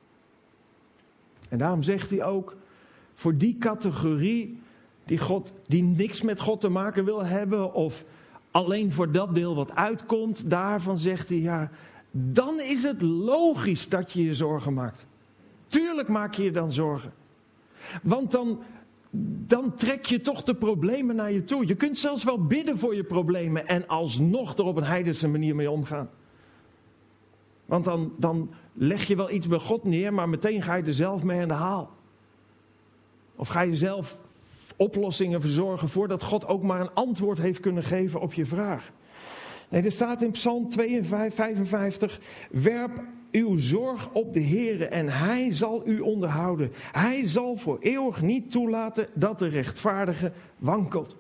A: En daarom zegt hij ook, voor die categorie die, God, die niks met God te maken wil hebben, of alleen voor dat deel wat uitkomt, daarvan zegt hij, ja, dan is het logisch dat je je zorgen maakt. Tuurlijk maak je je dan zorgen. Want dan, dan trek je toch de problemen naar je toe. Je kunt zelfs wel bidden voor je problemen en alsnog er op een heidense manier mee omgaan. Want dan, dan leg je wel iets bij God neer, maar meteen ga je er zelf mee aan de haal. Of ga je zelf oplossingen verzorgen voordat God ook maar een antwoord heeft kunnen geven op je vraag. Nee, er staat in Psalm vijfenvijftig, werp uw zorg op de Heere en hij zal u onderhouden. Hij zal voor eeuwig niet toelaten dat de rechtvaardige wankelt.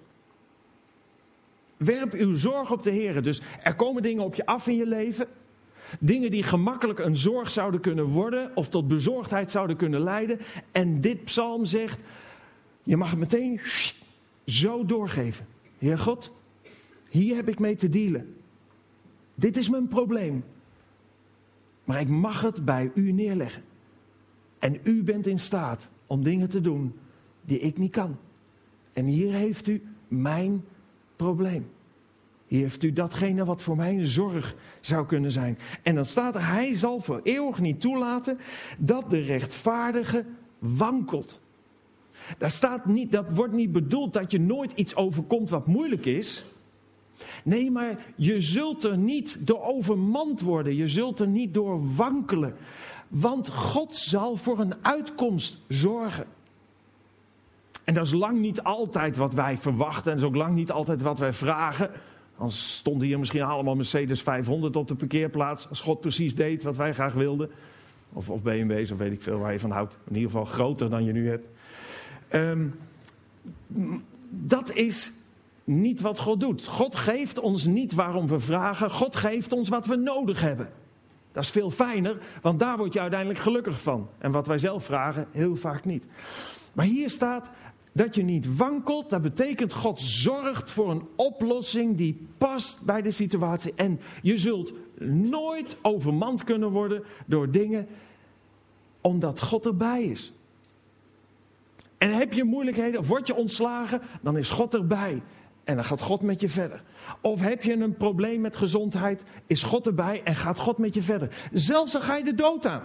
A: Werp uw zorg op de Heere. Dus er komen dingen op je af in je leven. Dingen die gemakkelijk een zorg zouden kunnen worden of tot bezorgdheid zouden kunnen leiden. En dit psalm zegt, je mag het meteen zo doorgeven. Heer God, hier heb ik mee te dealen. Dit is mijn probleem. Maar ik mag het bij u neerleggen. En u bent in staat om dingen te doen die ik niet kan. En hier heeft u mijn probleem. Hier heeft u datgene wat voor mij een zorg zou kunnen zijn. En dan staat er, hij zal voor eeuwig niet toelaten dat de rechtvaardige wankelt. Daar staat niet, dat wordt niet bedoeld dat je nooit iets overkomt wat moeilijk is. Nee, maar je zult er niet door overmand worden. Je zult er niet door wankelen. Want God zal voor een uitkomst zorgen. En dat is lang niet altijd wat wij verwachten. En dat is ook lang niet altijd wat wij vragen. Anders stonden hier misschien allemaal Mercedes vijfhonderd op de parkeerplaats. Als God precies deed wat wij graag wilden. Of, of B M W's, of weet ik veel waar je van houdt. In ieder geval groter dan je nu hebt. Um, dat is niet wat God doet. God geeft ons niet waarom we vragen. God geeft ons wat we nodig hebben. Dat is veel fijner, want daar word je uiteindelijk gelukkig van. En wat wij zelf vragen, heel vaak niet. Maar hier staat dat je niet wankelt. Dat betekent God zorgt voor een oplossing die past bij de situatie. En je zult nooit overmand kunnen worden door dingen omdat God erbij is. En heb je moeilijkheden of word je ontslagen, dan is God erbij. En dan gaat God met je verder. Of heb je een probleem met gezondheid, is God erbij en gaat God met je verder. Zelfs dan ga je de dood aan.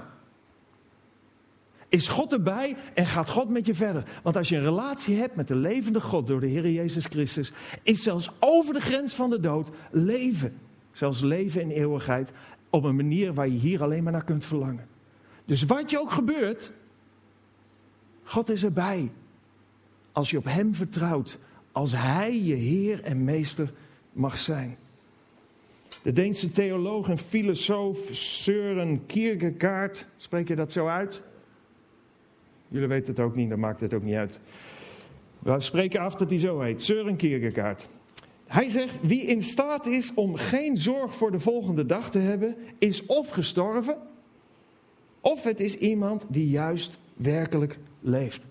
A: Is God erbij en gaat God met je verder. Want als je een relatie hebt met de levende God door de Heer Jezus Christus, is zelfs over de grens van de dood leven. Zelfs leven in eeuwigheid op een manier waar je hier alleen maar naar kunt verlangen. Dus wat je ook gebeurt, God is erbij. Als je op hem vertrouwt. Als hij je Heer en Meester mag zijn. De Deense theoloog en filosoof Søren Kierkegaard, spreek je dat zo uit? Jullie weten het ook niet, dan maakt het ook niet uit. We spreken af dat hij zo heet, Søren Kierkegaard. Hij zegt, wie in staat is om geen zorg voor de volgende dag te hebben, is of gestorven, of het is iemand die juist werkelijk leeft.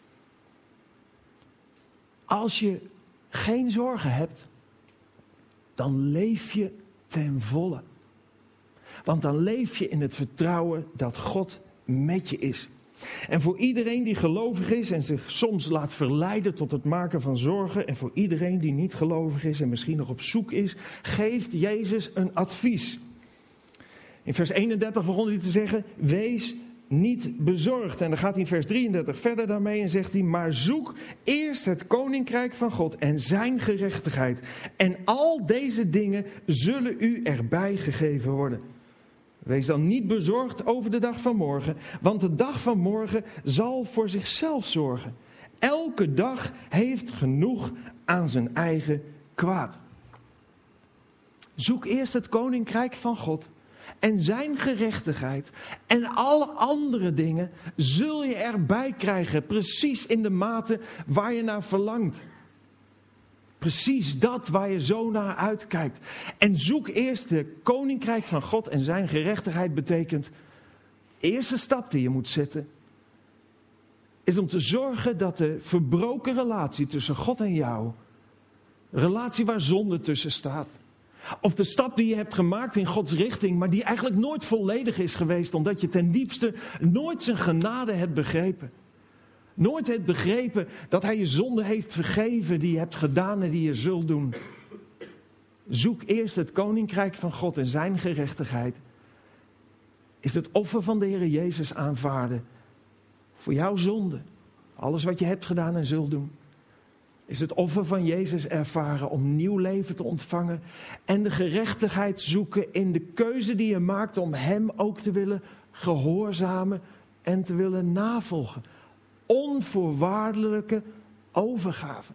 A: Als je geen zorgen hebt, dan leef je ten volle. Want dan leef je in het vertrouwen dat God met je is. En voor iedereen die gelovig is en zich soms laat verleiden tot het maken van zorgen, en voor iedereen die niet gelovig is en misschien nog op zoek is, geeft Jezus een advies. In vers eenendertig begon hij te zeggen, wees niet bezorgd. En dan gaat hij in vers drieëndertig verder daarmee en zegt hij, maar zoek eerst het koninkrijk van God en zijn gerechtigheid. En al deze dingen zullen u erbij gegeven worden. Wees dan niet bezorgd over de dag van morgen, want de dag van morgen zal voor zichzelf zorgen. Elke dag heeft genoeg aan zijn eigen kwaad. Zoek eerst het koninkrijk van God en zijn gerechtigheid en alle andere dingen zul je erbij krijgen, precies in de mate waar je naar verlangt. Precies dat waar je zo naar uitkijkt. En zoek eerst het koninkrijk van God en zijn gerechtigheid betekent, de eerste stap die je moet zetten, is om te zorgen dat de verbroken relatie tussen God en jou, relatie waar zonde tussen staat, of de stap die je hebt gemaakt in Gods richting, maar die eigenlijk nooit volledig is geweest, omdat je ten diepste nooit zijn genade hebt begrepen. Nooit hebt begrepen dat hij je zonde heeft vergeven die je hebt gedaan en die je zult doen. Zoek eerst het koninkrijk van God en zijn gerechtigheid. Is het offer van de Heer Jezus aanvaarden voor jouw zonde. Alles wat je hebt gedaan en zult doen. Is het offer van Jezus ervaren om nieuw leven te ontvangen. En de gerechtigheid zoeken in de keuze die je maakt om hem ook te willen gehoorzamen en te willen navolgen. Onvoorwaardelijke overgave.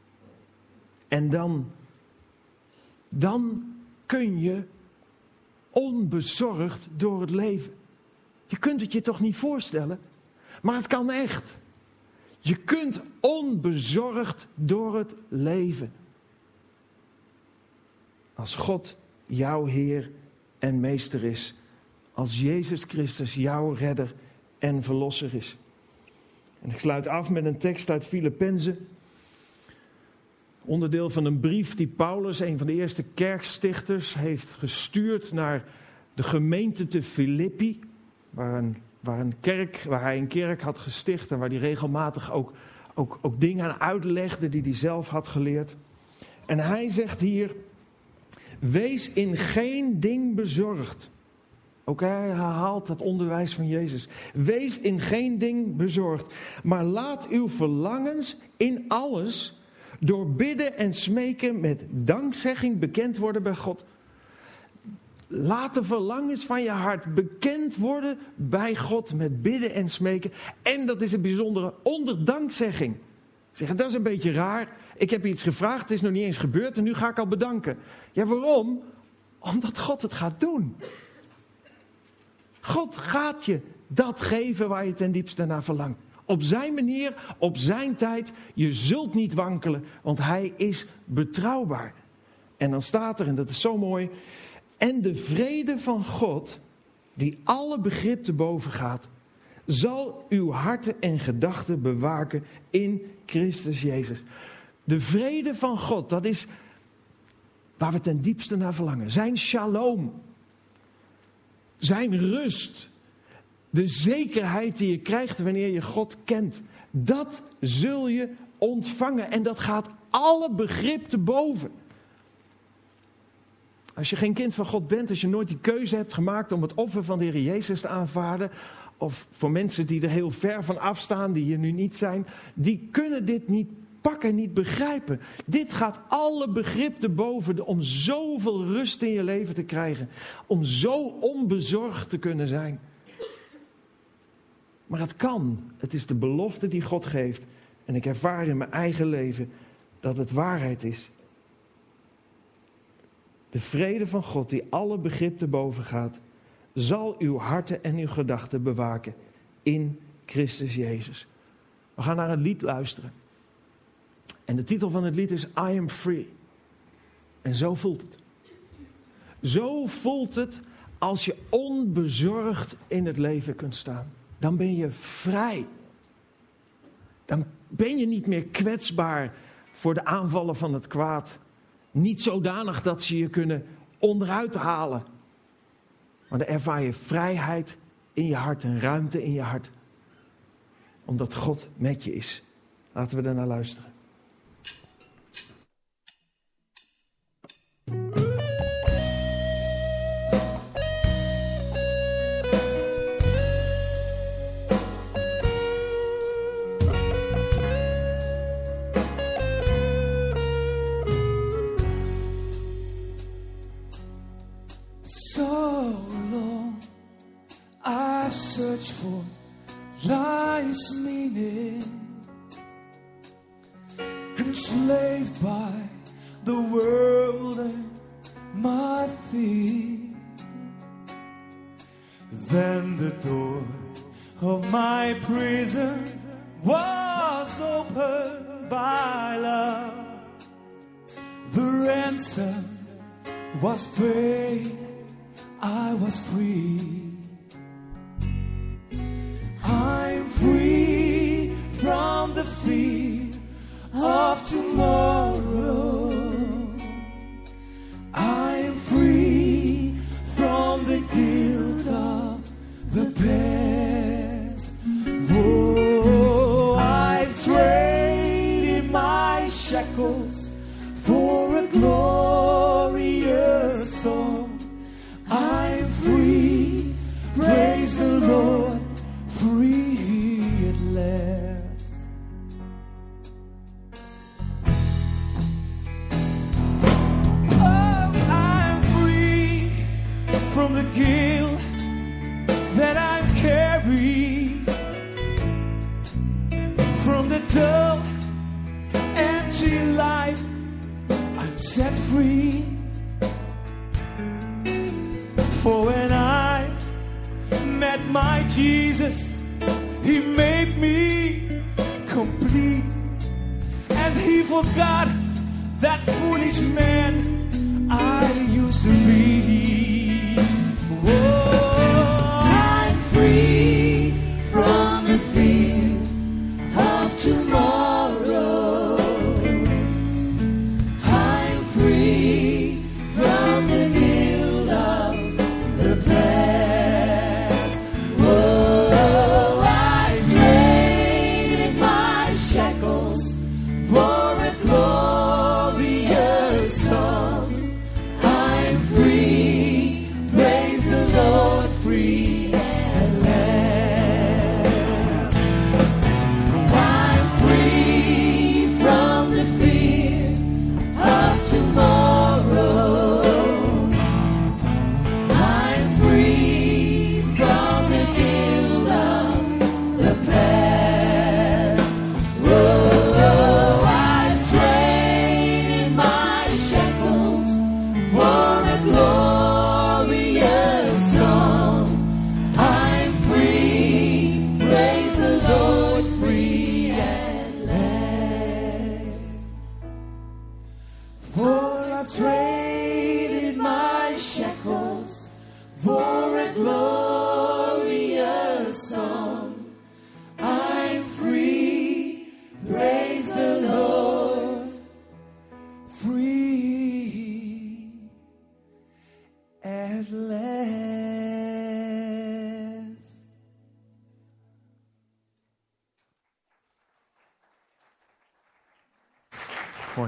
A: En dan, dan kun je onbezorgd door het leven. Je kunt het je toch niet voorstellen? Maar het kan echt. Je kunt onbezorgd door het leven. Als God jouw Heer en Meester is. Als Jezus Christus jouw redder en verlosser is. En ik sluit af met een tekst uit Filippenzen. Onderdeel van een brief die Paulus, een van de eerste kerkstichters, heeft gestuurd naar de gemeente te Filippi. Waar, een, waar, een kerk, waar hij een kerk had gesticht en waar hij regelmatig ook, ook, ook dingen aan uitlegde die hij zelf had geleerd. En hij zegt hier, wees in geen ding bezorgd. Ook hij herhaalt het onderwijs van Jezus. Wees in geen ding bezorgd, maar laat uw verlangens in alles door bidden en smeken met dankzegging bekend worden bij God. Laat de verlangens van je hart bekend worden bij God met bidden en smeken. En dat is een bijzondere onder dankzegging. Zeg, dat is een beetje raar. Ik heb iets gevraagd, het is nog niet eens gebeurd en nu ga ik al bedanken. Ja, waarom? Omdat God het gaat doen. God gaat je dat geven waar je ten diepste naar verlangt. Op zijn manier, op zijn tijd. Je zult niet wankelen, want hij is betrouwbaar. En dan staat er, en dat is zo mooi. En de vrede van God, die alle begrip te boven gaat, zal uw harten en gedachten bewaken in Christus Jezus. De vrede van God, dat is waar we ten diepste naar verlangen. Zijn shalom. Zijn rust. De zekerheid die je krijgt wanneer je God kent. Dat zul je ontvangen. En dat gaat alle begrip te boven. Als je geen kind van God bent, als je nooit die keuze hebt gemaakt om het offer van de Heer Jezus te aanvaarden, of voor mensen die er heel ver van afstaan, die hier nu niet zijn, die kunnen dit niet pakken, niet begrijpen. Dit gaat alle begrip te boven om zoveel rust in je leven te krijgen. Om zo onbezorgd te kunnen zijn. Maar het kan. Het is de belofte die God geeft. En ik ervaar in mijn eigen leven dat het waarheid is. De vrede van God die alle begrip te boven gaat, zal uw harten en uw gedachten bewaken in Christus Jezus. We gaan naar een lied luisteren. En de titel van het lied is I am free. En zo voelt het. Zo voelt het als je onbezorgd in het leven kunt staan. Dan ben je vrij. Dan ben je niet meer kwetsbaar voor de aanvallen van het kwaad. Niet zodanig dat ze je kunnen onderuit halen. Maar dan ervaar je vrijheid in je hart en ruimte in je hart. Omdat God met je is. Laten we daarnaar luisteren.
B: Search for life's meaning, enslaved by the world and my fear. Then the door of my prison was opened by love. The ransom was paid, I was free. I'm free from the fear of tomorrow. I'm free from the guilt of the past. Oh, I've traded my shackles for a glorious song. I'm free, praise the Lord. Free at last. Oh, I'm free from the guilt that I've carried, from the dull, empty life. I'm set free, for Jesus, He made me complete. And He forgot that foolish man I used to be. Oh,
C: I'm free from the fear of tomorrow. I'm free from the guilt of the past. Oh, I traded my shackles for a glorious song. I'm free, praise the Lord, free at last. I'm free from the fear of tomorrow. I'm free from the guilt of the past. Oh, I've traded my shackles for a glorious song. I'm free, praise the Lord, free at last.
B: for I've traded my shackles for a glorious song. I'm free, praise the Lord, free at last.
A: Mooi.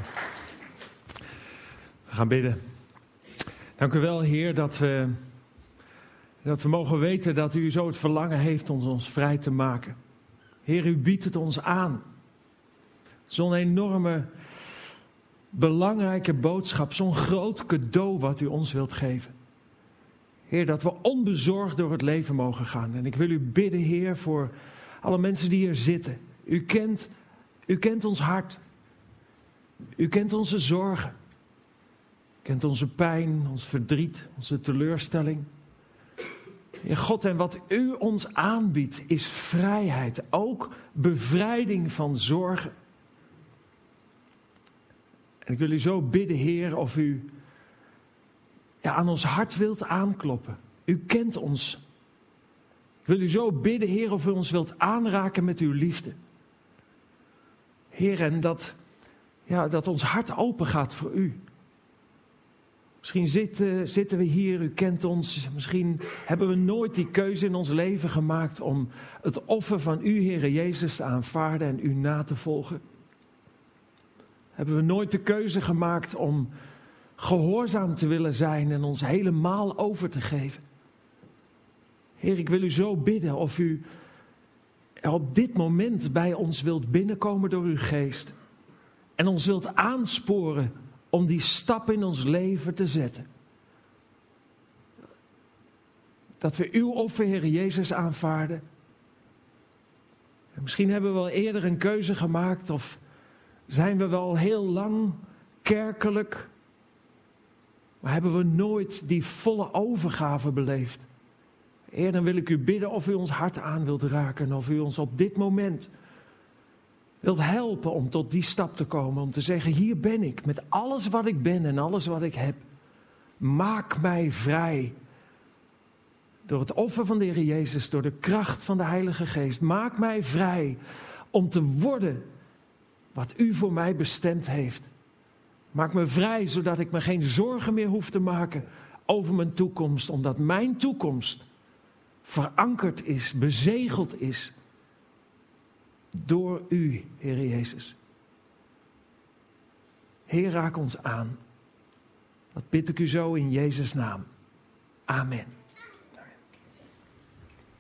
A: We gaan bidden. Dank u wel, Heer, dat we, dat we mogen weten dat u zo het verlangen heeft om ons vrij te maken. Heer, u biedt het ons aan. Zo'n enorme, belangrijke boodschap, zo'n groot cadeau wat u ons wilt geven. Heer, dat we onbezorgd door het leven mogen gaan. En ik wil u bidden, Heer, voor alle mensen die hier zitten. U kent, u kent ons hart. U kent onze zorgen. U kent onze pijn, ons verdriet, onze teleurstelling. Heer God, en wat u ons aanbiedt is vrijheid. Ook bevrijding van zorgen. En ik wil u zo bidden, Heer, of u ja, aan ons hart wilt aankloppen. U kent ons. Ik wil u zo bidden, Heer, of u ons wilt aanraken met uw liefde. Heer, en dat, ja, dat ons hart open gaat voor u. Misschien zitten, zitten we hier, u kent ons. Misschien hebben we nooit die keuze in ons leven gemaakt om het offer van u, Heere Jezus, te aanvaarden en u na te volgen. Hebben we nooit de keuze gemaakt om gehoorzaam te willen zijn en ons helemaal over te geven. Heer, ik wil u zo bidden of u er op dit moment bij ons wilt binnenkomen door uw geest. En ons wilt aansporen om die stap in ons leven te zetten. Dat we uw offer, Heer Jezus, aanvaarden. En misschien hebben we wel eerder een keuze gemaakt of zijn we wel heel lang kerkelijk, maar hebben we nooit die volle overgave beleefd. Heer, dan wil ik u bidden of u ons hart aan wilt raken, of u ons op dit moment wilt helpen om tot die stap te komen. Om te zeggen, hier ben ik met alles wat ik ben en alles wat ik heb. Maak mij vrij. Door het offer van de Heer Jezus, door de kracht van de Heilige Geest. Maak mij vrij om te worden wat u voor mij bestemd heeft. Maak me vrij, zodat ik me geen zorgen meer hoef te maken over mijn toekomst. Omdat mijn toekomst verankerd is, bezegeld is door u, Heer Jezus. Heer, raak ons aan. Dat bid ik u zo in Jezus' naam. Amen.